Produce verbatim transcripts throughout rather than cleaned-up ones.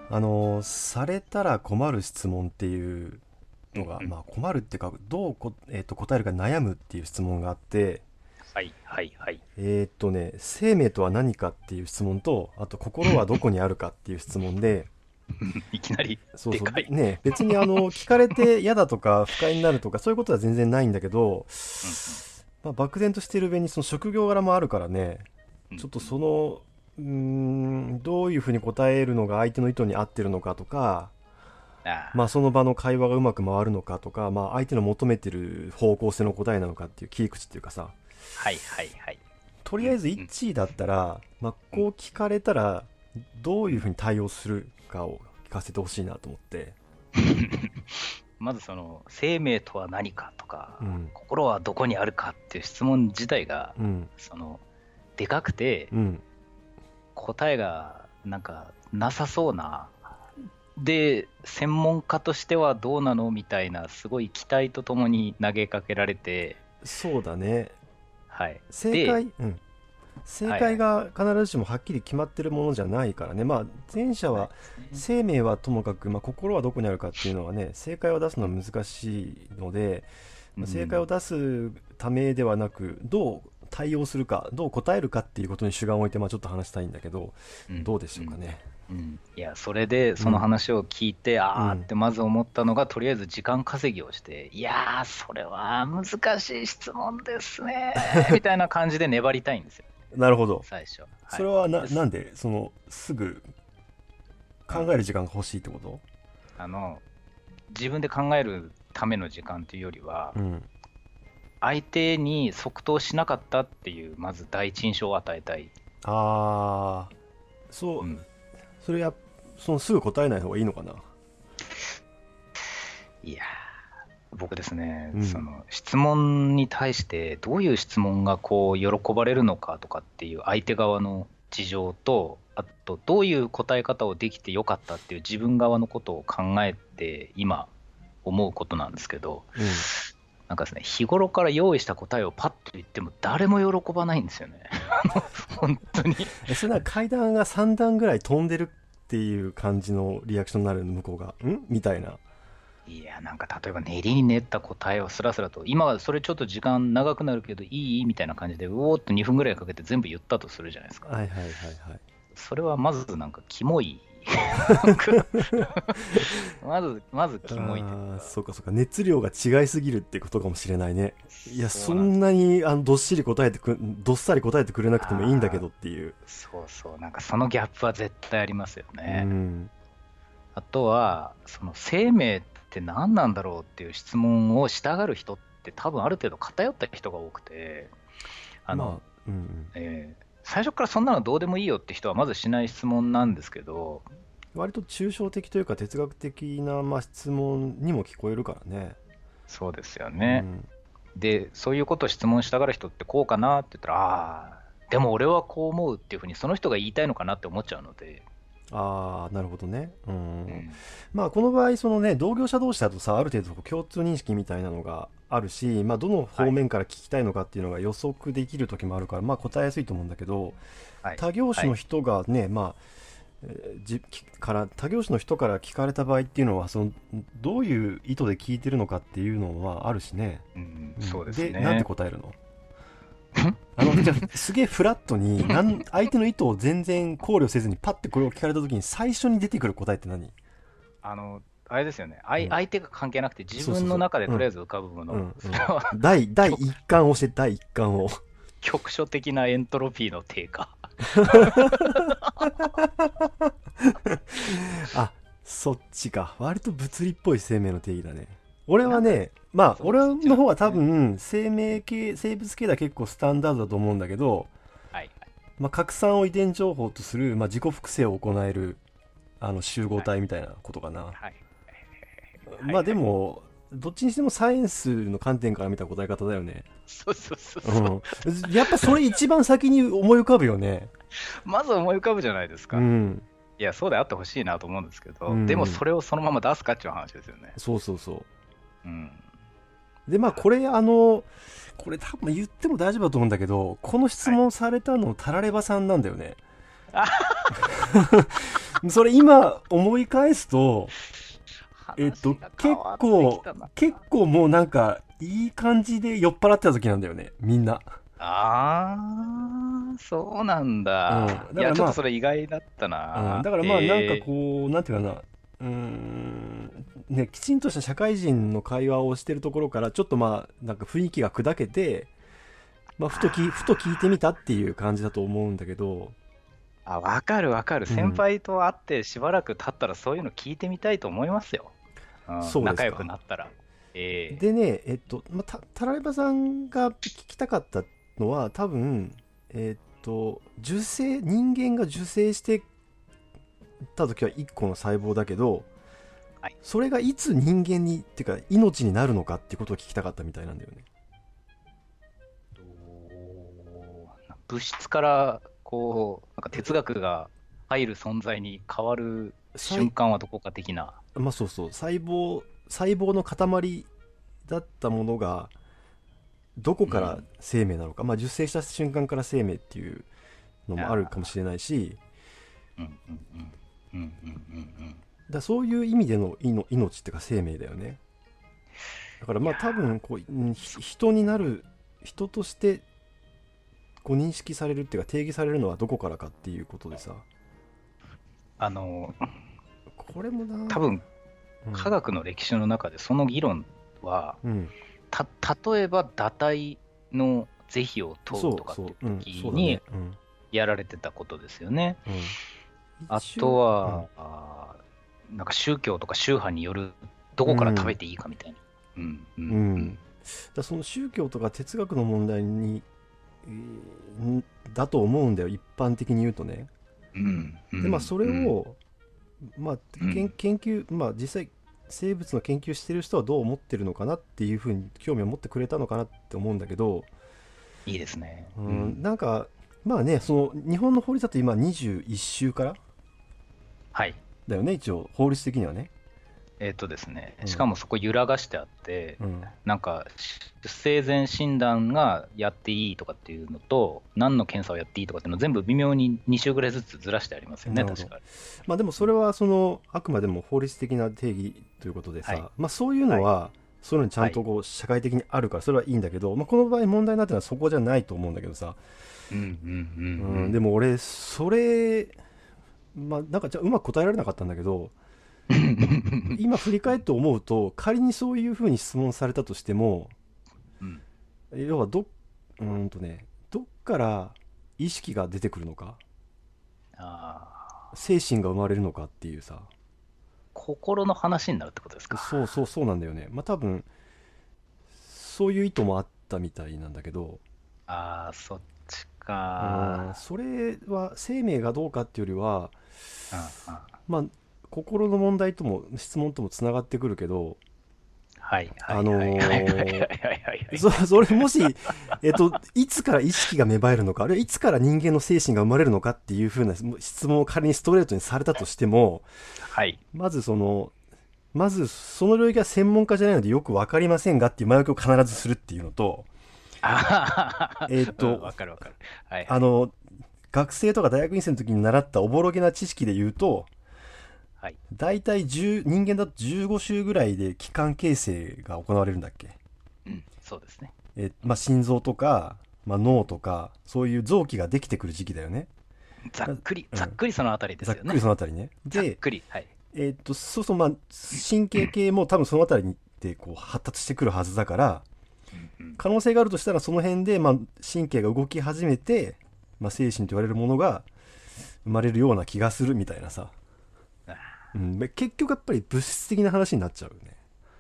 あのされたら困る質問っていうのが、 うんうん。 まあ困るっていうか、どうこ、えーと答えるか悩むっていう質問があって、 はいはいはい。 えーっとね生命とは何かっていう質問と、あと心はどこにあるかっていう質問で、 いきなりそうそう、 でかい。 ね、別にあの聞かれて嫌だとか不快になるとかそういうことは全然ないんだけど、 うんうんまあ、漠然としている上にその職業柄もあるからね、ちょっとうんうん。 そのうーんどういうふうに答えるのが相手の意図に合ってるのかとか、 ああ、 まあ、その場の会話がうまく回るのかとか、まあ、相手の求めてる方向性の答えなのかっていう切り口っていうかさ、 はいはいはい。 とりあえずうんうん一致だったら、まあ、 うん。 こう聞かれたらどううん。 いうふうに対応するかを聞かせてほしいなと思って。 まずその生命とは何かとかうん心はどこにあるかっていう質問自体がうんそのでかくてうん答えがなんかなさそうな、で専門家としてはどうなのみたいなすごい期待とともに投げかけられて、 そうだね。 はいで、 正解、うん、正はいはい、 解が必ずしもはっきり決まってるものじゃないからね。まあ前者はないですね。 生命はともかく、まあ、心はどこにあるかっていうのはね、正解を出すのは難しいので、まあ正解をうん出すためではなく、どう対応するか、どう答えるかっていうことに主眼を置いて、まあ、ちょっと話したいんだけど、 うんどうでしうんょうかね。 うん。いや、それでそのうん話を聞いて、あーっうん。 てまず思ったのが、とりあえず時間稼ぎをして、いやー、それは難しい質問ですね、みたいな感じで粘りたいんですよ、 なるほど。 最初。はい。 それはな、 です。 なんでそのすぐうん。 考える時間が欲しいってこと？ あの、自分で考えるための時間というよりは、 うん相手に即答しなかったっていう、まず第一印象を与えたい。 ああ、そう。 うん。 それや、そのすぐ答えない方がいいのかな。 いやー、僕ですね、 うんその質問に対してどういう質問がこう喜ばれるのかとかっていう相手側の事情と、あとどういう答え方をできてよかったっていう自分側のことを考えて今思うことなんですけど、 うん。 なんかですね、日頃から用意した答えをパッと言っても誰も喜ばないんですよね。本当に。 え、それなら階段がさん段ぐらい飛んでるっていう感じのリアクションになるの、向こうが。んみたいな。 いや、なんか例えば練りに練った答えをスラスラと、今はそれちょっと時間長くなるけどいいみたいな感じで、うおーっとにふんぐらいかけて全部言ったとするじゃないですか。 はいはいはいはい。 それはまずなんかキモい。なんかまず、まずキモいというああ、 か、 そうかそうか。熱量が違いすぎるってことかもしれないね。いや、そそうなんですよ。 んなに、あの、どっしり答えてく、どっさり答えてくれなくてもいいんだけああ、 どっていう。 そうそう、なんかそのギャップは絶対ありますようね。 ん。 あとは、その生命って何なんだろうっていう質問をしたがる人って多分ある程度偏った人が多くて、あの、 まあ、うんうん。 えー最初からそんなのどうでもいいよって人はまずしない質問なんですけど、 割と抽象的というか哲学的な、まあ、質問にも聞こえるからね。 そうですよね。 うん。 で、そういうことを質問したがる人ってこうかなって言ったら、ああ、でも俺はこう思うっていうふうにその人が言いたいのかなって思っちゃうので、 ああ、なるほどね。うん。 うん、 まあ、この場合、そのね、同業者同士だとさ、ある程度こう共通認識みたいなのがあるし、まあ、どのはい、 方面から聞きたいのかっていうのが予測できる時もあるから、まあ、答えやすいと思うんだけど、 はい、 他業はい。 種の人がね、まあ、えーじから他業種の人から聞かれた場合っていうのは、そのどういう意図で聞いてるのかっていうのはあるしね。 うん、 うん、 そうですで、なんてね。 答えるの？あの、じゃあ、すげえフラットに、なん、相手の意図を全然考慮せずに、パッてこれを聞かれた時に、最初に出てくる答えって何？ あの、あれですよね。相うん。 相手が関係なくて自そうそうそ分の中でう。うん。 とりあえず浮かぶもの。 うん。うん。 それは第、第局、 一巻を押して、第一巻を。 局所的なエントロピーの低下。 あ、そっちか。割と物理っぽい生命の定義だね。俺はなんか、 ね、まあ、 そう、 俺そっちの方は多なんですね。 分、生命系、生物系では結構スタンダードだと思うんだけど、 はい、 まあ、拡散を遺伝情報とする、まあ、自己複製を行える、あの、集合はい、 体みたいなことかな。 はい、はい、 まあ、ではい。 も、どっちにしてもサイエンスの観点から見た答え方だよね。 そうそうそうそう。 うん。やっぱそれ一番先に思い浮かぶよね。 まず思い浮かぶじゃないですか。 うん。 いや、そうであってほしいなと思うんですけうど、でもん。 それをそのまま出すかっていう話ですよね。 そうそうそうん。 う。で、まあ、これ、あの、これ多分言っても大丈夫だと思うんだけど、この質はい。 問されたのタラレバさんなんだよね。 あ、 それ今思い返すと、えっと、 話が結変わって構きたな。 結構もうなんかいい感じで酔っ払ってた時なんだよね、みんな。 ああ、そうなんうんだ。いや、ちょっだからまあとそれ意外だったうん、 な。 だからまあなんかへえ。 こうなんていうかな、うーんね、きちんとした社会人の会話をしてるところからちょっとまあなんか雰囲気が砕けて、まあ、ふときふと聞いてみたっていう感じだと思うんだけど、 あ、わかるわかる。先うん、 輩と会ってしばらく経ったらそういうの聞いてみたいと思いますよ。うん、仲良くそうですか。 なったら。ええ。 でね、えっと、まあ、たタラレバさんが聞きたかったのは多分、えっと受精人間が受精してた時はいっこの細胞だけど、 はい。 それがいつ人間にっていうか命になるのかっていうことを聞きたかったみたいなんだよね。 と物質からこう、なんか哲学が入る存在に変わる瞬細間はどこか的な。 まあそうそう、細胞細胞の塊だったものがどこからうん。 生命なのか、まあ受精した瞬間から生命っていうのもあるかもあしれないし、 ーうんうんうん。うんうんうんうん。 だそういう意味での命命っていうか生命だよね。だからいやまあ多分こう、うんひ人になる、人としてこう認識されるっていうか定義されるのはどこからかっていうことでさ、 ー、あの、 これもな、 多分うん科学の歴史の中でその議論は、 うんた、例えば堕胎の是非を問うとかっていうそうそう、うん、そうだね、 時にうんやられてたことですよね。 うんあ一応、 とは、 うんあーなんか宗教とか宗派によるどこから食べうんていいかみたいな。うんううん、 んうん。 だその宗教とか哲学の問題に、えーだと思うんだよ、一般的に言うとね。 うんうでまあそれんうんを、まあ、研うん研究、まあ実際生物の研究してる人はどう思ってるのかなっていうふうに興味を持ってくれたのかなって思うんだけど、 いいですね。 うん、 うん。 なんかまあね、その日本の法律だと今にじゅういっ週からはい。 だよね、一応法律的にはね。 えっとですね、 うん、 しかもそこ揺らがしてあって、 うん、 なんか出生前診断がやっていいとかっていうのと、何の検査をやっていいとかっていうのを全部微妙にに週ぐらいずつずらしてありますよね、 なるほど。 確か。 まあでもそれはそのあくまでも法律的な定義ということではい。 さ、まあそういうはい。 のはそういうのにちゃはい。 んとこう社会的にあるからそれはいいんだけど、まあ、この場合問題になってるのはそこじゃないと思うんだけどさ、 うんうんううん、でんも俺それ、まあなんかじゃあうまく答えられなかったんだけど、 うん。 今振り返って思うと仮にそういうふうに質問されたとしても、 うん。 要はどうーんとねどっから意識が出てくるのか、 ああ、 精神が生まれるのかっていうさ、 心の話になるってことですか。 そうそうそうなんだよね。まあ多分そういう意図もあったみたいなんだけど、 ああ、そっちうーんか。 それは生命がどうかっていうよりは、 うんうん。 まあ心の問題とも質問ともつながってくるけど、 はいはあいはいはいはいはいはいのはい。 ーそそれもし、えっと、いつから意識が芽生えるのか、あるいはいつから人間の精神が生まれるのかっていう風な質問を仮にストレートにされたとしても、 はい。 まずその、まずその領域は専門家じゃないのでよくわかりませんがっていう前置きを必ずするっていうのと、 ああ、うん、 えっと、 わかるわかる。はいはい。 あの、学生とか大学院生の時に習ったおぼろげな知識で言うと、 はい。 大体じゅう人間だとじゅうご週ぐらいで器官形成が行われるんだっけ。 うん、そうですね。 え、まあ、心臓とか、まあ、脳とか、そういう臓器ができてくる時期だよね。だざっくり、ざっうん。 くりそのあたりでざっくりすよね。 そのあたりね。で、 ざっくり。はい。 えーっと、そうそう、まあ、神経系も多分そのあたりにでこう発達してくるはずだから、 うんうん。 可能性があるとしたらその辺で、まあ、神経が動き始めて、まあ、精神と言われるものが生まれるような気がするみたいなさ。 あうん、結局やっぱり物質的な話になっちゃうよね。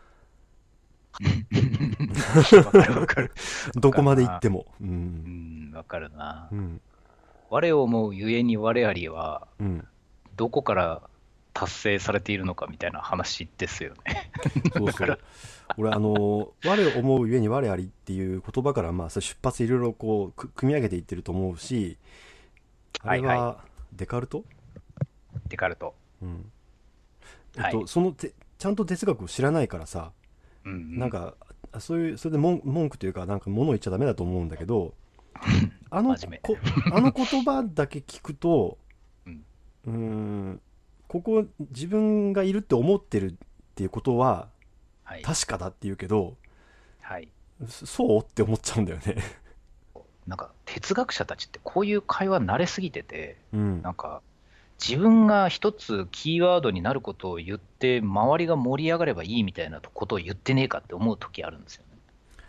ーわかるわかる。わどこまで行っかるな。 ても。ううん。 ん、わかるな。 うん。 我を思うゆえに我ありは、 うん。 どこから達成されているのかみたいな話ですよね。 そうそう。 だから、 俺、あの、我を思うゆえに我ありっていう言葉から、まあ、それ出発いろいろこう、く組み上げていってると思うし、あはいはい。 れは、デカルト。 デカルト。 うん。えっはい。 と、そのて、ちゃんと哲学を知らないからさ、 うんうん。 なんか、あそういう、それで文文句というか、なんか物を言っちゃダメだと思うんだけど、あの真面こ、あの言葉だけ聞くと、 目。うん。 うーん、 ここ自分がいるって思ってるっていうことははい確かだって言うけど、 はい、 そそうって思っちゃうんだよね。 なんか哲学者たちってこういう会話慣れすぎてて、 うんなんか自分が一つキーワードになることを言って、周りが盛り上がればいいみたいなことを言ってねえかって思う時あるんですよね。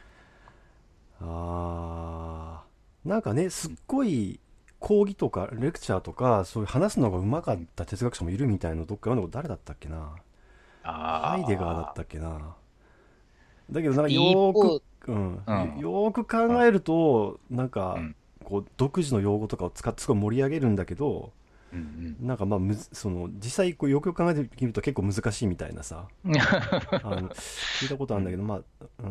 あーなんかね、すっごい講義とかレクチャーとかそういう話すのがうまかった哲学者もいるみたいな、どっか読んだこと誰だったっけな。ハイデガーだっああ、 たっけな。だけどなんかよ一ーく、 方、 うん、 うん、 よよーく考えるとなんかうん、 こう独自の用語とかを使ってすごい盛り上げるんだけど、 うん、 なんかまあむずその実際こうよくよく考えてみると結構難しいみたいなさ、 うん。 あの聞いたことあるんだけど、 うん、 まあ、うん、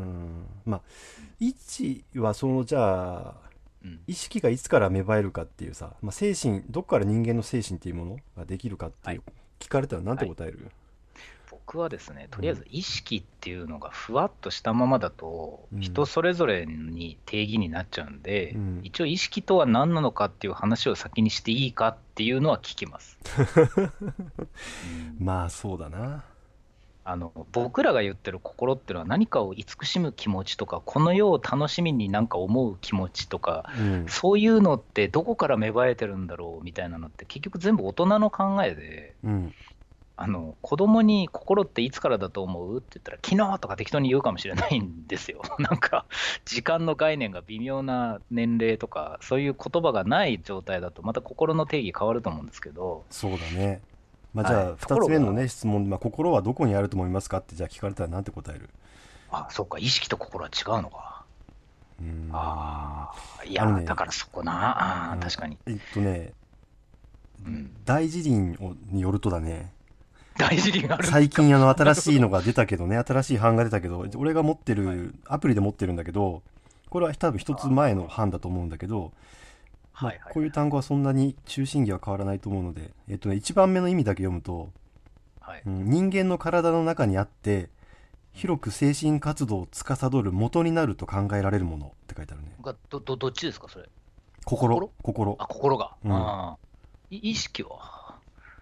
まあ位置はそのじゃあうん、 意識がいつから芽生えるかっていうさ、まあ、精神どこから人間の精神っていうものができるかってはい、 いう聞かれたらなんてはい。 答える？ 僕はですね、とうん、 りあえず意識っていうのがふわっとしたままだと、人うん、 それぞれに定義になっちゃうんで、 うん。 一応意識とは何なのかっていう話を先にしていいかっていうのは聞きます。うん、 まあそうだな。 あの僕らが言ってる心っていうのは何かを慈しむ気持ちとか、この世を楽しみになんか思う気持ちとか、 うん、 そういうのってどこから芽生えてるんだろうみたいなのって結局全部大人の考えで、 うん、 あの子供に心っていつからだと思うって言ったら昨日とか適当に言うかもしれないんですよ。なんか時間の概念が微妙な年齢とかそういう言葉がない状態だとまた心の定義変わると思うんですけど、 そうだね。まあじはい、 ゃあ2 ところが、 つ目のね質問、まあ、心はどこにあると思いますかってじゃあ聞かれたらなんて答える？ あ、そっか、意識と心は違うのか。 うーんああ、いや、だあのね、 からそこな、あーうん、 確かに。 えっとねうん。 大辞林をによるとだね、 大事理があるんですか。 最近あの新なるほど。 しいのが出たけどね、新しい版が出たけど、俺が持ってはい。 るアプリで持ってるんだけど、これは多分一つ前のあ版だと思うんだけど、 ーまあ、 はいはいはい。 こういう単語はそんなに中心義は変わらないと思うので、えっとね、いちばんめの意味だけ読むと、 はい。 うん、人間の体の中にあってうん。 広く精神活動を司る元になると考えられるものって書いてあるね。 がど、ど、どっちですか、それ。 心心。 心。 あ、心が。 うん。 ああ。い意識は。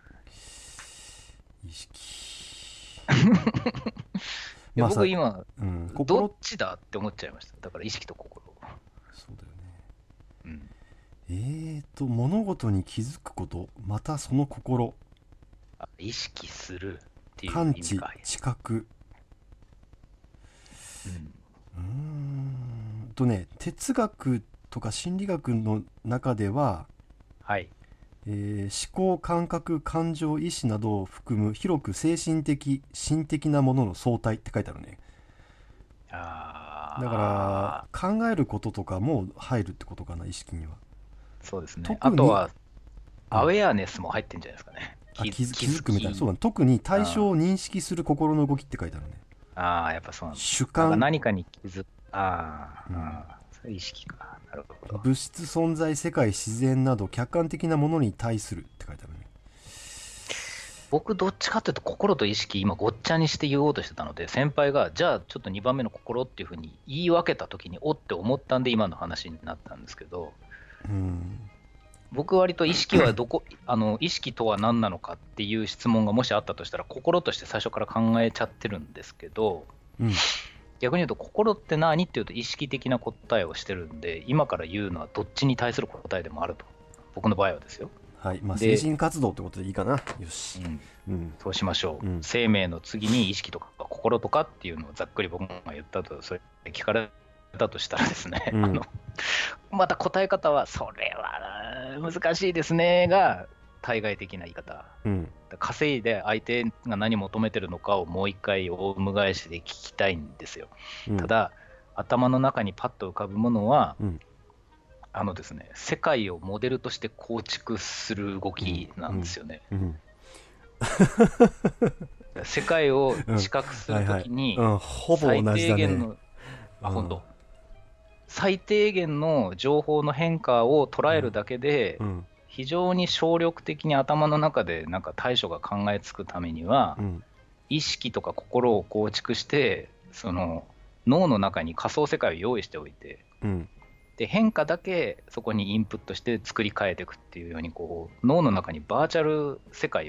意識。 いや、 まあさ、 僕今、 うん、 どっ心。 ちだって思っちゃいました。だから意識と心。 そうだよね。 うん。 えーと物事に気づくこと、またその心、 あ、意識するっていう感知、 意味かい。 知覚。 うん。 うーんとね、哲学とか心理学の中では、 はい。 えー思考、感覚、感情、意志などを含む広く精神的、心的なものの総体って書いてあるね。だからああ、 考えることとかも入るってことかな、意識には。 そうですね。あ特に、 とは、 うん、 アウェアネスも入ってんじゃないですかね。気、 あ気づ気気づづくみたいな、そうだき。 ね、特に対象あを認識する心の動きって書いてあるね。 あー、やっぱそうなんですね。なんか主観、 何かに気づく。あーうん、 あー、それ意識か。なるほど。 物質存在、世界、自然など客観的なものに対するって書いてあるね。 僕、どっちかというと、心と意識、今、ごっちゃにして言おうとしてたので、先輩が、じゃあ、ちょっとにばんめの心っていうふうに言い分けたときに、おって思ったんで、今の話になったんですけど、 うん、 僕、割と意識はどこ、あの、意識とは何なのかっていう質問がもしあったとしたら、心として最初から考えちゃってるんですけど、 うん、 逆に言うと、心って何っていうと、意識的な答えをしてるんで、今から言うのはどっちに対する答えでもあると。僕の場合はですよ。 はい、まあ精で、 神活動ってことでいいかな。よし。 うん、 うん、 そうしましょう。 うん、 生命の次に意識とか心とかっていうのをざっくり僕が言ったと、それ聞かれたとしたらですね、 うん、 あの、また答え方は、それは難しいですねが、対外的な言い方。 うん、 稼いで相手が何求めてるのかをもう一回オウム返しで聞きたいんですよ。 うん、 ただ、頭の中にパッと浮かぶものは、 うん、 あのですね、世界をモデルとして構築する動うん、 きなうん、 んですよね。 うん、 世界をうん、 知覚するとはいはい。 きに、 うん、ほぼ最同じだね。 低限の、あ、本うん、 当、最低限の情報の変化を捉うん、 えるだけで、 うん、 非常に省力的に頭の中でなんか対処が考えつくためには、 うん、 意識とか心を構築して、その脳の中に仮想世界を用意しておいて、 うん、 で変化だけそこにインプットして作り変えていくっていうようにこう脳の中にバーチャル世界を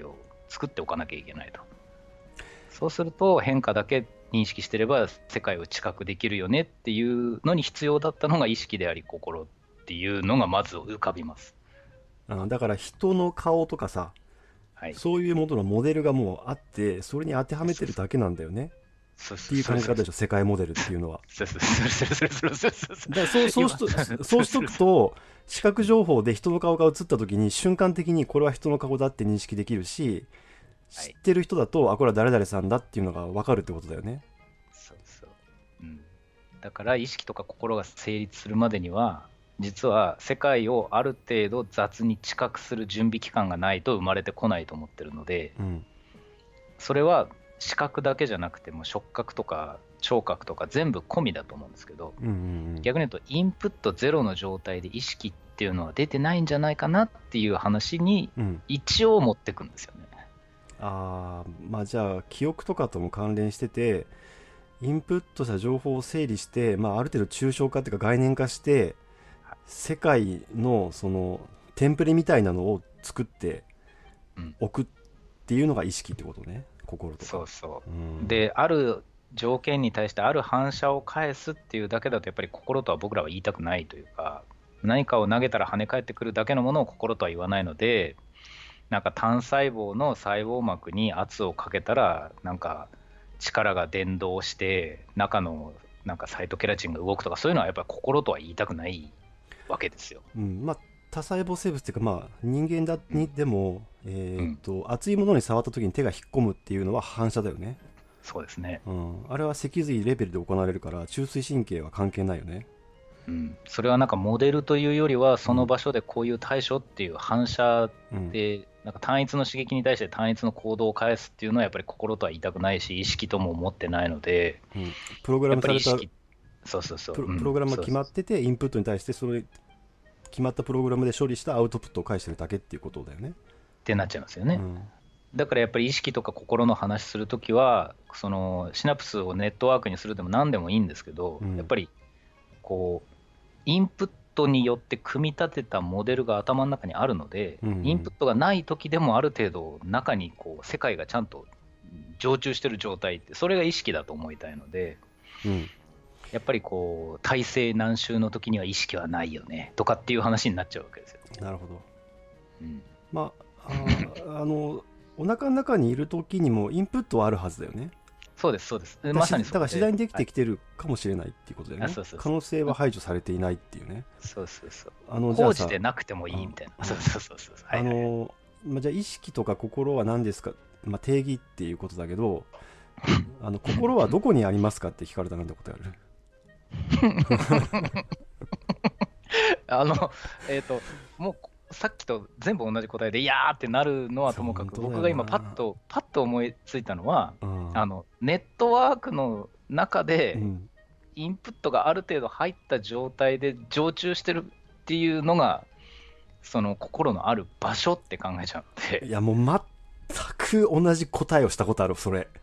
作っておかなきゃいけないと。そうすると変化だけ認識してれば世界を知覚できるよねっていうのに必要だったのが意識であり心っていうのがまず浮かびます。 あだから人の顔とかさ、 はい、 そういうもののモデルがもうあってそれに当てはめてるだけなんだよねっていう考え方でしょ、世界モデルっていうのは。だからそうそうしとそうしとくと視覚情報で人の顔が映った時に瞬間的にこれは人の顔だって認識できるし、知ってる人だと、はい、あこれは誰々さんだっていうのが分かるってことだよね。 そうそう、うん、だから意識とか心が成立するまでには実は世界をある程度雑に知覚する準備期間がないと生まれてこないと思ってるので、うん、それは視覚だけじゃなくても触覚とか聴覚とか全部込みだと思うんですけど、うんうんうん、逆に言うとインプットゼロの状態で意識っていうのは出てないんじゃないかなっていう話に一応持ってくんですよね、うんあまあじゃあ記憶とかとも関連しててインプットした情報を整理して、まあ、ある程度抽象化っていうか概念化して世界のそのテンプレみたいなのを作っておくっていうのが意識ってことね、うん、心とか。 そうそう、うん、である条件に対してある反射を返すっていうだけだとやっぱり心とは僕らは言いたくないというか、何かを投げたら跳ね返ってくるだけのものを心とは言わないので、なんか単細胞の細胞膜に圧をかけたらなんか力が伝導して中のなんかサイトケラチンが動くとか、そういうのはやっぱり心とは言いたくないわけですよ、 うんまあ、多細胞生物っていうか、まあ、人間だにでも、うんえーとうん、熱いものに触った時に手が引っ込むっていうのは反射だよね。 そうですね、 うん、あれは脊髄レベルで行われるから中枢神経は関係ないよね。 うん、それはなんかモデルというよりはその場所でこういう対処っていう反射で、うん、なんか単一の刺激に対して単一の行動を返すっていうのはやっぱり心とは言いたくないし意識とも思ってないので、 うん、プログラムされたそうそうそうプ ロ, プログラムが決まってて、うん、インプットに対してそれ決まったプログラムで処理したアウトプットを返してるだけっていうことだよねってなっちゃいますよね、うん、だからやっぱり意識とか心の話するときはそのシナプスをネットワークにするでも何でもいいんですけど、うん、やっぱりこうインプットによって組み立てたモデルが頭の中にあるので、うんうん、インプットがない時でもある程度中にこう世界がちゃんと常駐してる状態って、それが意識だと思いたいので、うん、やっぱりこう体制難収の時には意識はないよねとかっていう話になっちゃうわけですよ。 なるほど、うん、まあ あ, あのお腹の中にいる時にもインプットはあるはずだよね。 そうですそうです。 まさにそうで、だから次第にできてきてるかもしれないっていうことだよね、はい、そうそうそう、可能性は排除されていないっていうね。 そうそうそう、あの工事でなくてもいいみたいな。そうそうそうそう、 あの、まあ、じゃあ意識とか心は何ですか、まあ、定義っていうことだけどあの心はどこにありますかって聞かれたら何て答えるあのえっ、ー、ともうさっきと全部同じ答えでいやーってなるのはともかく、僕が今パッとパッと思いついたのは、うん、あのネットワークの中でインプットがある程度入った状態で常駐してるっていうのがその心のある場所って考えちゃうので。 いやもう全く同じ答えをしたことあるそれ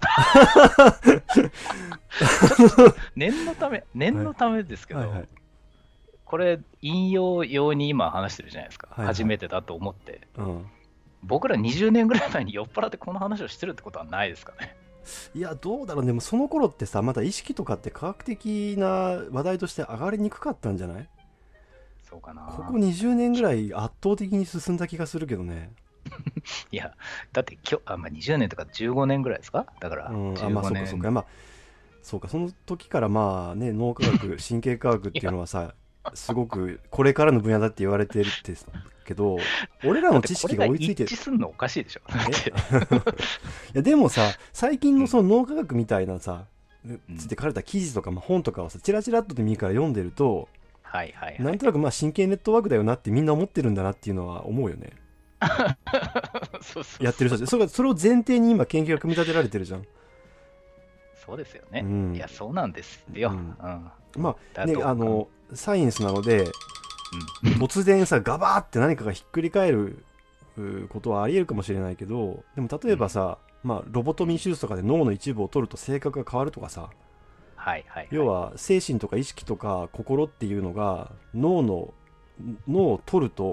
念のため念のためですけど、はいはいはい、これ引用用に今話してるじゃないですか、はいはい、初めてだと思って、うん、僕らにじゅうねんぐらい前に酔っ払ってこの話をしてるってことはないですかね。 いやどうだろう、でもその頃ってさまだ意識とかって科学的な話題として上がりにくかったんじゃない？ そうかな。 ここにじゅうねんぐらい圧倒的に進んだ気がするけどね。 いやだって今日あ、まあ、にじゅうねんとかじゅうごねんぐらいですか、だから、うん、 あまあそうかそうか、まあそうか、その時からまあね脳科学神経科学っていうのはさすごくこれからの分野だって言われてるってけど、俺らの知識が追いついてる。 一致すんのおかしいでしょ。 いやでもさ最近のその脳科学みたいなさ、うん、つって書かれた記事とか、まあ、本とかをさチラチラっとでもいいから読んでると、 はいはいはい、 なんとなくまあ神経ネットワークだよなってみんな思ってるんだなっていうのは思うよね。そうそうそう、やってる人たちそれそれを前提に今研究が組み立てられてるじゃん。 そうですよね、うん、いやそうなんですよ、うんうん、まあねあのサイエンスなので、うん、突然さガバーって何かがひっくり返ることはありえるかもしれないけど、でも例えばさ、うんまあ、ロボトミー手術とかで脳の一部を取ると性格が変わるとかさ、 はいはいはい、 要は精神とか意識とか心っていうのが脳の脳を取ると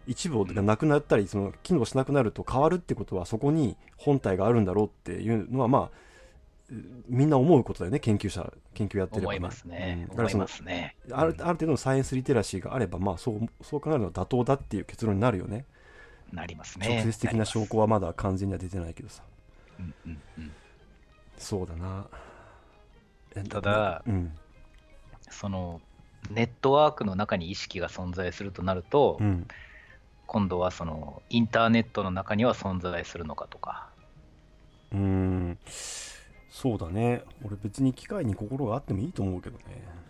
一部がなくなったりその機能しなくなると変わるってことはそこに本体があるんだろうっていうのはまあみんな思うことだよね、研究者研究やってれば、ね、 思いますね、 うん、だからその思いますね、 ある、ある程度のサイエンスリテラシーがあれば、まあ、そうそう考えるのは妥当だっていう結論になるよね。 なりますね。 直接的な証拠はまだ完全には出てないけどさ。 うんうんうん、 そうだな。 ただ、 うん、 そのネットワークの中に意識が存在するとなると、うん、今度はそのインターネットの中には存在するのかとか。 うーん、そうだね。俺別に機械に心があってもいいと思うけどね。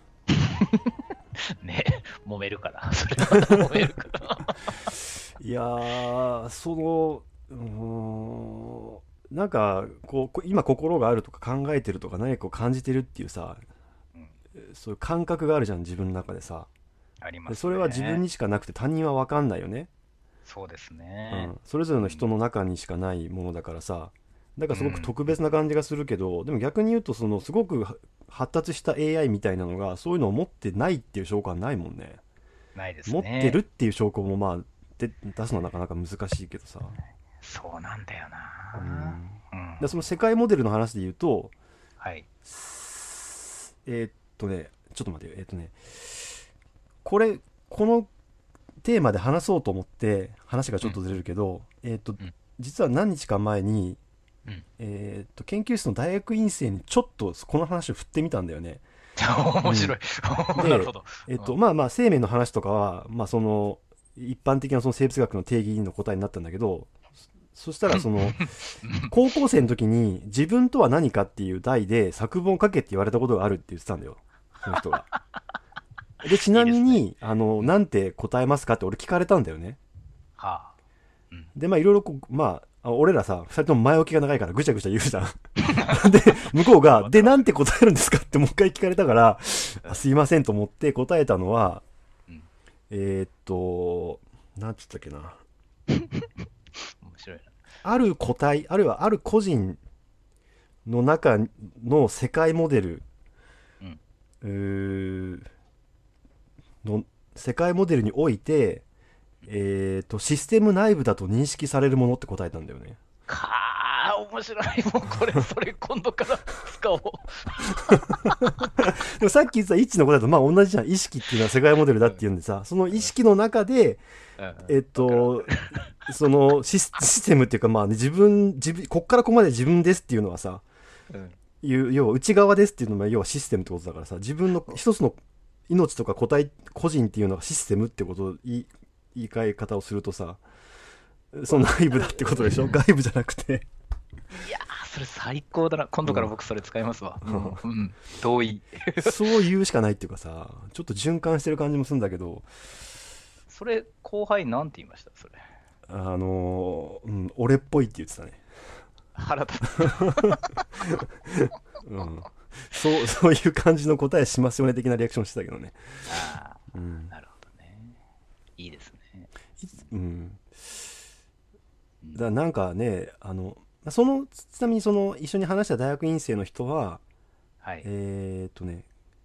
ね、揉めるからそれは揉めるからいやー、そのうーん、なんかこう今心があるとか考えてるとか何かを感じてるっていうさ、うん、そういう感覚があるじゃん、自分の中でさ。 ありますね。 それは自分にしかなくて他人は分かんないよね。 そうですね、 うん、それぞれの人の中にしかないものだからさ、だからすごく特別な感じがするけど、うん、でも逆に言うとそのすごく発達した エーアイ みたいなのがそういうのを持ってないっていう証拠はないもんね。 ないですね。 持ってるっていう証拠もまあで出すのはなかなか難しいけどさ。 そうなんだよな、 うんうん、でその世界モデルの話で言うと、 はい、 えー、っとねちょっと待ってよ、えー、っとねこれこのテーマで話そうと思って話がちょっとずれるけど、うん、えー、っと、うん、実は何日か前に、うん、えー、っと研究室の大学院生にちょっとこの話を振ってみたんだよね。 面白い、うん、なるほど。 えー、っとまあまあ生命の話とかはまあその一般的なその生物学の定義の答えになったんだけど、そしたらその高校生の時に自分とは何かっていう題で作文を書けって言われたことがあるって言ってたんだよ、その人が。でちなみにいい、ね、あのなんて答えますかって俺聞かれたんだよね。はあ、うん、でまあいろいろこうまあ俺らさふたりとも前置きが長いからぐちゃぐちゃ言うじゃん。で向こうがでなんて答えるんですかってもう一回聞かれたからあすいませんと思って答えたのは、うん、えー、っとなんつったっけな。面白いな。ある個体あるいはある個人の中の世界モデル、うん、うーの世界モデルにおいて、えー、とシステム内部だと認識されるものって答えたんだよね。 かあ面白い。もうこれそれ今度から使おう。 でもさっき言ってたイッチの答えとまあ同じじゃん。意識っていうのは世界モデルだっていうんでさ、その意識の中で、えっとそのシス、システムっていうかまあ、ね、自分自分こっからここまで自分ですっていうのはさ、うん、いう要は内側ですっていうのは要はシステムってことだからさ、自分の一つの命とか個体個人っていうのがシステムってことを言い、言い換え方をするとさ、その内部だってことでしょ。外部じゃなくて。 いやーそれ最高だな。今度から僕それ使いますわ。うん、うん、同意。 そう言うしかないっていうかさ、ちょっと循環してる感じもするんだけど。 それ後輩なんて言いましたそれ。 あのー、うん、俺っぽいって言ってたね。 腹立つ。 うん、そうそういう感じの答えしますよね的なリアクションしてたけどね。 ああ、うん、なるほどね。いいですね。 うん。だからなんかね、あのそのちなみにその一緒に話した大学院生の人は、はい、えー、っとね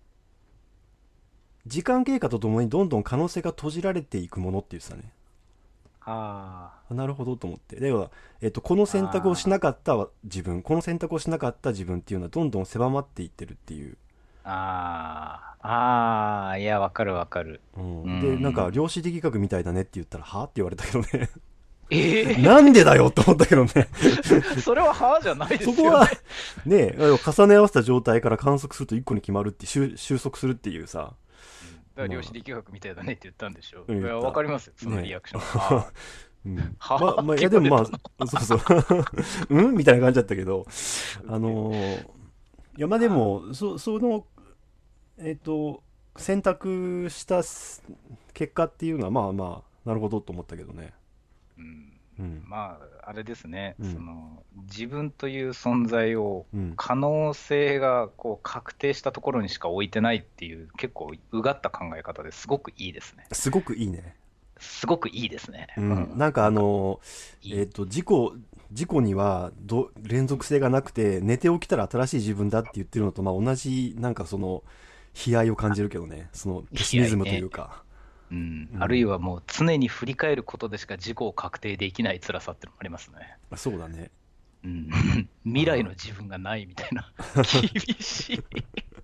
時間経過とともにどんどん可能性が閉じられていくものって言ってたね。ああ、なるほどと思って。では、えっと、この選択をしなかった自分、この選択をしなかった自分っていうのはどんどん狭まっていってるっていう。 ああ、ああ、いや、わかるわかる。 うん、で、なんか、量子力学みたいだねって言ったら、はって言われたけどね。 えー、 なんでだよと思ったけどね。 それははじゃないですよね。 そこは、ね、重ね合わせた状態から観測するといっこに決まるって、収束するっていうさ。 だから量子力学みたいだねって言ったんでしょ。いや、わかりますよ、そのリアクション。ね、 うん、はまあ、まあ、いやでもまあ、そうそう。うんみたいな感じだったけど、あのー、いやまあでも、そ, その、えっ、ー、と、選択した結果っていうのは、まあまあ、なるほどと思ったけどね。 うんうん、まあ、あれですね、うん、その自分という存在を可能性がこう確定したところにしか置いてないっていう結構うがった考え方ですごくいいですね。 すごくいいね。 すごくいいですね。 うん、なんかあのえっと事故事故にはど連続性がなくて寝て起きたら新しい自分だって言ってるのとまあ同じなんかその悲哀を感じるけどね、そのペシミズムというか。 うんうんあるいはもう常に振り返ることでしか事故を確定できない辛さってのもありますね。 そうだね。 うん、未来の自分がないみたいな。厳しい。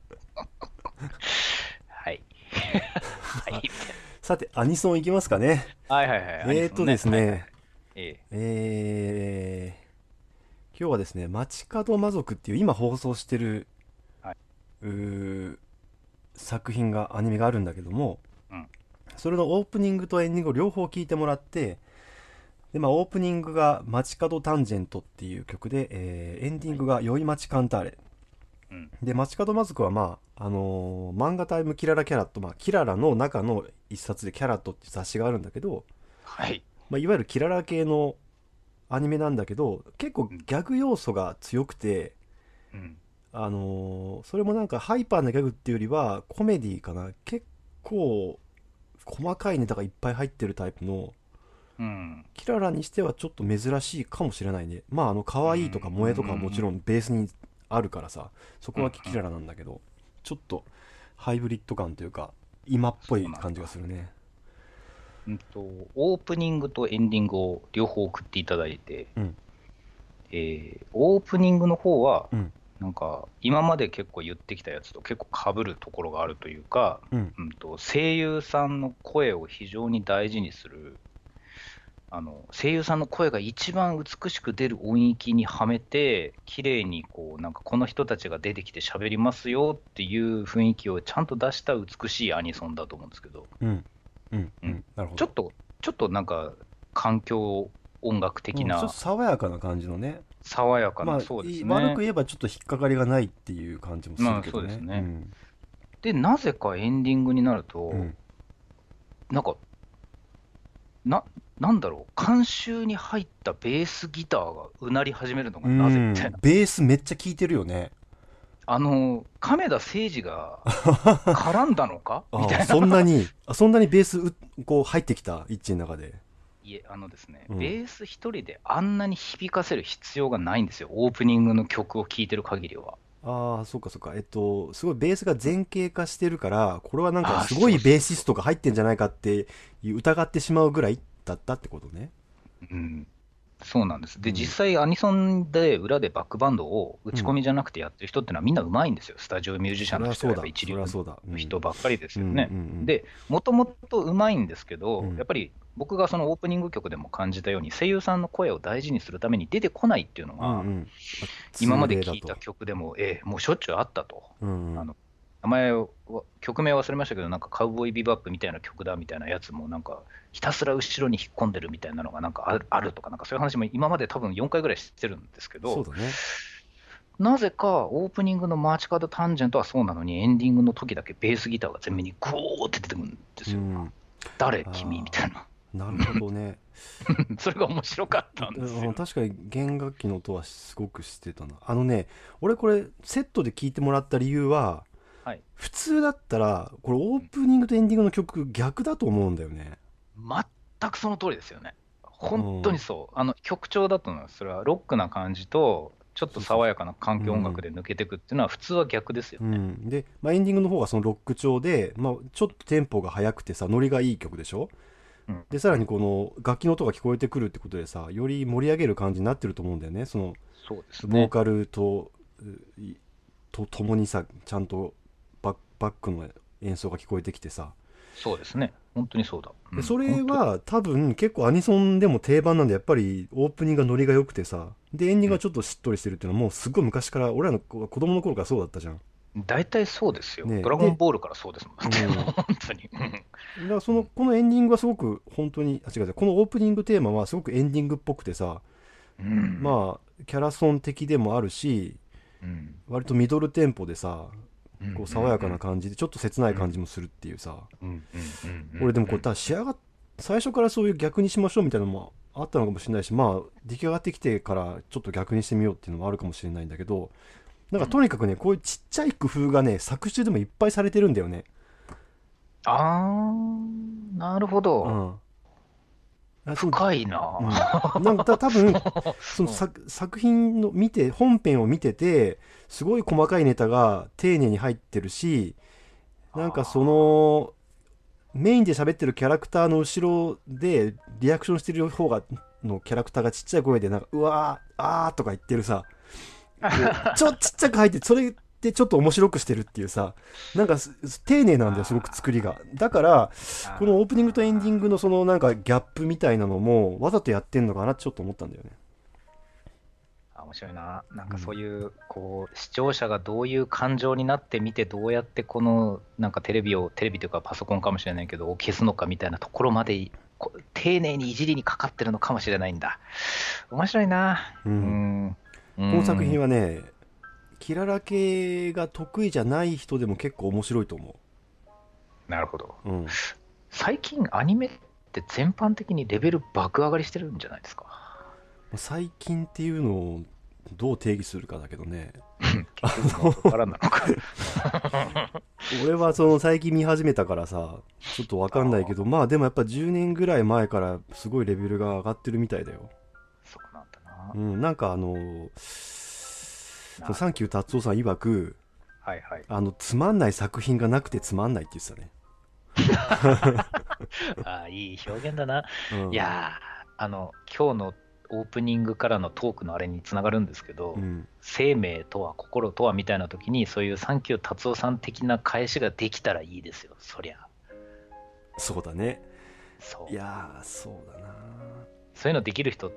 はい。はい。 さて、アニソンいきますかね。 はいはいはい。アニえーとですソンね。はいはいはい。 ね、 ええ。 えー、今日はですね、街角魔族っていう今放送してる、 はい。 うー作品が、アニメがあるんだけども、 うん。 それのオープニングとエンディングを両方聞いてもらって、で、まあ、オープニングが街角タンジェントっていう曲で、えーエンディングが宵街カンターレ。 うん。 で、街角魔族は、まあ、あのー漫画タイムキララキャラット、まあ、キララの中の一冊でキャラットっていう雑誌があるんだけど、 はい。 まあ、いわゆるキララ系のアニメなんだけど、結構うん。 ギャグ要素が強くて、 うん。 あのーそれもなんかハイパーなギャグっていうよりはコメディかな。結構細かいネタがいっぱい入ってるタイプの、 うん。 キララにしてはちょっと珍しいかもしれないね。まあ、あの、可愛いとか萌えとかはもちろんベースにあるからさ、そこはキララなんだけど、ちょっとハイブリッド感というか、今っぽそうなんだ。 い感じがするね。 うんと、オープニングとエンディングを両方送っていただいて、 うん、 えーオープニングの方は、 うん、 なんか、今まで結構言ってきたやつと結構被るところがあるというか、 うん、 うんと、声優さんの声を非常に大事にする、あの声優さんの声が一番美しく出る音域にはめて、綺麗にこう、なんかこの人たちが出てきて喋りますよっていう雰囲気をちゃんと出した美しいアニソンだと思うんですけど、 うん、うん、 うん、 うん、なるほど。 ちょっと、ちょっとなんか、環境音楽うん、ちょっと的な、 爽やかな感じのね。 爽やかな、 まあ、 そうでいすね。 悪く言えばちょっと引っかかりがないっていう感じもすまあ、 るけどね。うそうですね。 ん。 で、なぜかエンディングになると、 うん。 なんか、な、なんだろう、慣習に入ったベースギターがうなり始めるのうがなぜみたいん。 な。 ベースめっちゃ効いてるよね。 あの、亀田誠治が絡んだのかみああ、 たいな。 そんなに、あそんなにベースう、こう入ってきた、一致の中で。 いえ、あのですね、 うん。 ベース一人であんなに響かせる必要がないんですよ、オープニングの曲を聴いてる限りは。 ああ、そうかそうか。えっと、すごいベースが前傾化してるから、これはなんかああ、 すごそういベーシスそうそトが入ってんじゃないかって疑ってしまうぐらいだったってことね。 う。うん、そうなんです。で、 うん。 実際アニソンで裏でバックバンドを打うん。 ち込みじゃなくてやってる人ってのはみんな上手いんですよ。スタジオミュージシャそンとしてはやっぱりゃそうだ。 一流そりゃそうだ。うん。 の人ばっかりですうんうんうよね。 ん。 で、もともと上手いんですけど、やうん。 っぱり僕がそのオープニング曲でも感じたように、声優さんの声を大事にするために出てこないっていうのが、 うんうん。まあ、 今ま通で聴いた例だと。 曲でも、ええ、もうしょっちゅうあったと。 うんうん。 あの名前を、曲名忘れましたけど、なんかカウボーイビバップみたいな曲だみたいなやつも、なんかひたすら後ろに引っ込んでるみたいなのがなんかあるあるとか、なんかそういう話も今まで多分よんかいぐらいしてるんですけど、 そうだね。 なぜかオープニングの街角タンジェントはそうなのに、エンディングの時だけベースギターが前面にグーって出てくるんですよ。 うん。 誰君みあたいな。 あ、なるほどね。 それが面白かったんですよ。 うん、確かに弦楽器の音はすごくしてたな。あのね、俺これセットで聴いてもらった理由は、 はい。 普通だったら、これオープニングとエンディングの曲逆だと思うんだよね。 全くその通りですよね。 う本当にん。 そう。あの曲調だと思います。それはロックな感じと、ちょっとそうそうそ爽やかな環う。う境音楽ん。 で抜けていくっていうのは、普通は逆ですようね。 ん。で、まあ、エンディングの方がそのロック調で、まあ、ちょっとテンポが速くてさ、ノリがいい曲でしょ。 うん、 で、さらにうん、 この楽器の音が聞こえてくるってことでさ、より盛り上げる感じになってると思うんだよね。その、 そうですね。 ボーカルと、ういと、ともにさ、ちゃんとバッバックの演奏が聞こえてきてさ。 そうですね。本当にそうだ。うで、 ん、 それ本当に。 は多分結構アニソンでも定番なんで、やっぱりオープニングがノリが良くてさ、で、エンディングがちょっとしっとりしてるっていうのはもうすごい昔から、俺らの子子供の頃からそうだったじゃん。 うん、大体そうですよ。 ね。 ドラゴンで、 ボールからそうですもん。 うでもん。 本当に。 だからその、 うん、 このエンディングはすごく本当に、あ、違う違う、このオープニングテーマはすごくエンディングっぽくてさ、 うん、 まあ、キャラソン的でもあるし、 うん、 割とミドルテンポでさ、 うん、うん、 こう爽やかな感じで、ちょっと切ないうん、 感じもするっていうさ、 うん、うん、うん、 俺でもこれ、 うん、 ただ仕上がっ、最初からそういう逆にしましょうみたいなのもあったのかもしれないし、まあ、出来上がってきてからちょっと逆にしてみようっていうのもあるかもしれないんだけど、なんかとにかくね、こういうちっちゃい工夫がね、作中でもいっぱいされてるんだよね。 あー、なるほど。 うん。あ、その、 深いなうん。なんかた多ぁ。 分、そのうん、 作作品の見て、本編を見てて、すごい細かいネタが丁寧に入ってるし、なんかそあの、 メインで喋ってるキャラクターの後ろでリアクションしてる方がのキャラクターがちっちゃい声でなんかうわーあーとか言ってるさ、こうちょちっちゃく入ってそれでちょっと面白くしてるっていうさ、なんか丁寧なんだよすごく作りが。だからこのオープニングとエンディングのそのなんかギャップみたいなのもわざとやってんのかなってちょっと思ったんだよね。 あ、面白いな。なんかそういう、こう視聴者がどういう感情になって見て、どうやってこのなんかテレビをテレビというかパソコンかもしれないけどを消すのかみたいなところまでこう丁寧にいじりにかかってるのかもしれないんだ。面白いな。 ううんん、 この作品は、 はね、キララ系が得意じゃない人でも結構面白いと思なるほど。 う。うん。 最近アニメって全般的にレベル爆上がりしてるんじゃないですか。 最近っていうのをどう定義するかだけどね。 結局のとこからなのか。 俺はその最近見始めたからさ、ちょっとわかんないけど、まあでもやっぱじゅうねんぐらい前からすごいレベルが上がってるみたいだよ。 そうなんだな。 うん、なんかあのそのサンキュー達夫さん曰く、 はいはい。 あのつまんない作品がなくてつまんないって言ってたね。 ああ、いい表現だな。 うん、 いやー、あの、今日のオープニングからのトークのあれにつながるんですけど、 うん、 生命とは心とはみたいな時に、そういうサンキュー達夫さん的な返しができたらいいですよ、そりゃ。 そうだね。 そう。 いやーそうだな。 そういうのできる人って、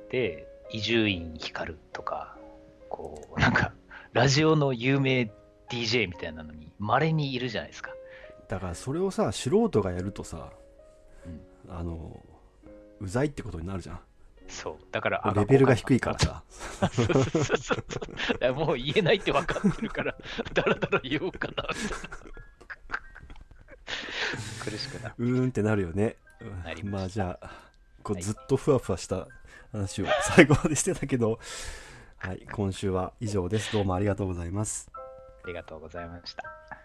伊集院光とか、こう、なんか、ラジオの有名 ディージェー みたいなのに、稀にいるじゃないですか。 だからそれをさ素人がやるとさ、 うん、 あのうざいってことになるじゃん。 そう。だから、 レベルが低いからさ。 そうそうそうそう。だからもう言えないって分かってるから、だらだら言おうかなみたいな。苦しくなる。 うーんってなるよね。 なりましたまあじゃあこうはいずっとふわふわした話を最後までしてたけど、はい、今週は以上です。どうもありがとうございます。 ありがとうございました。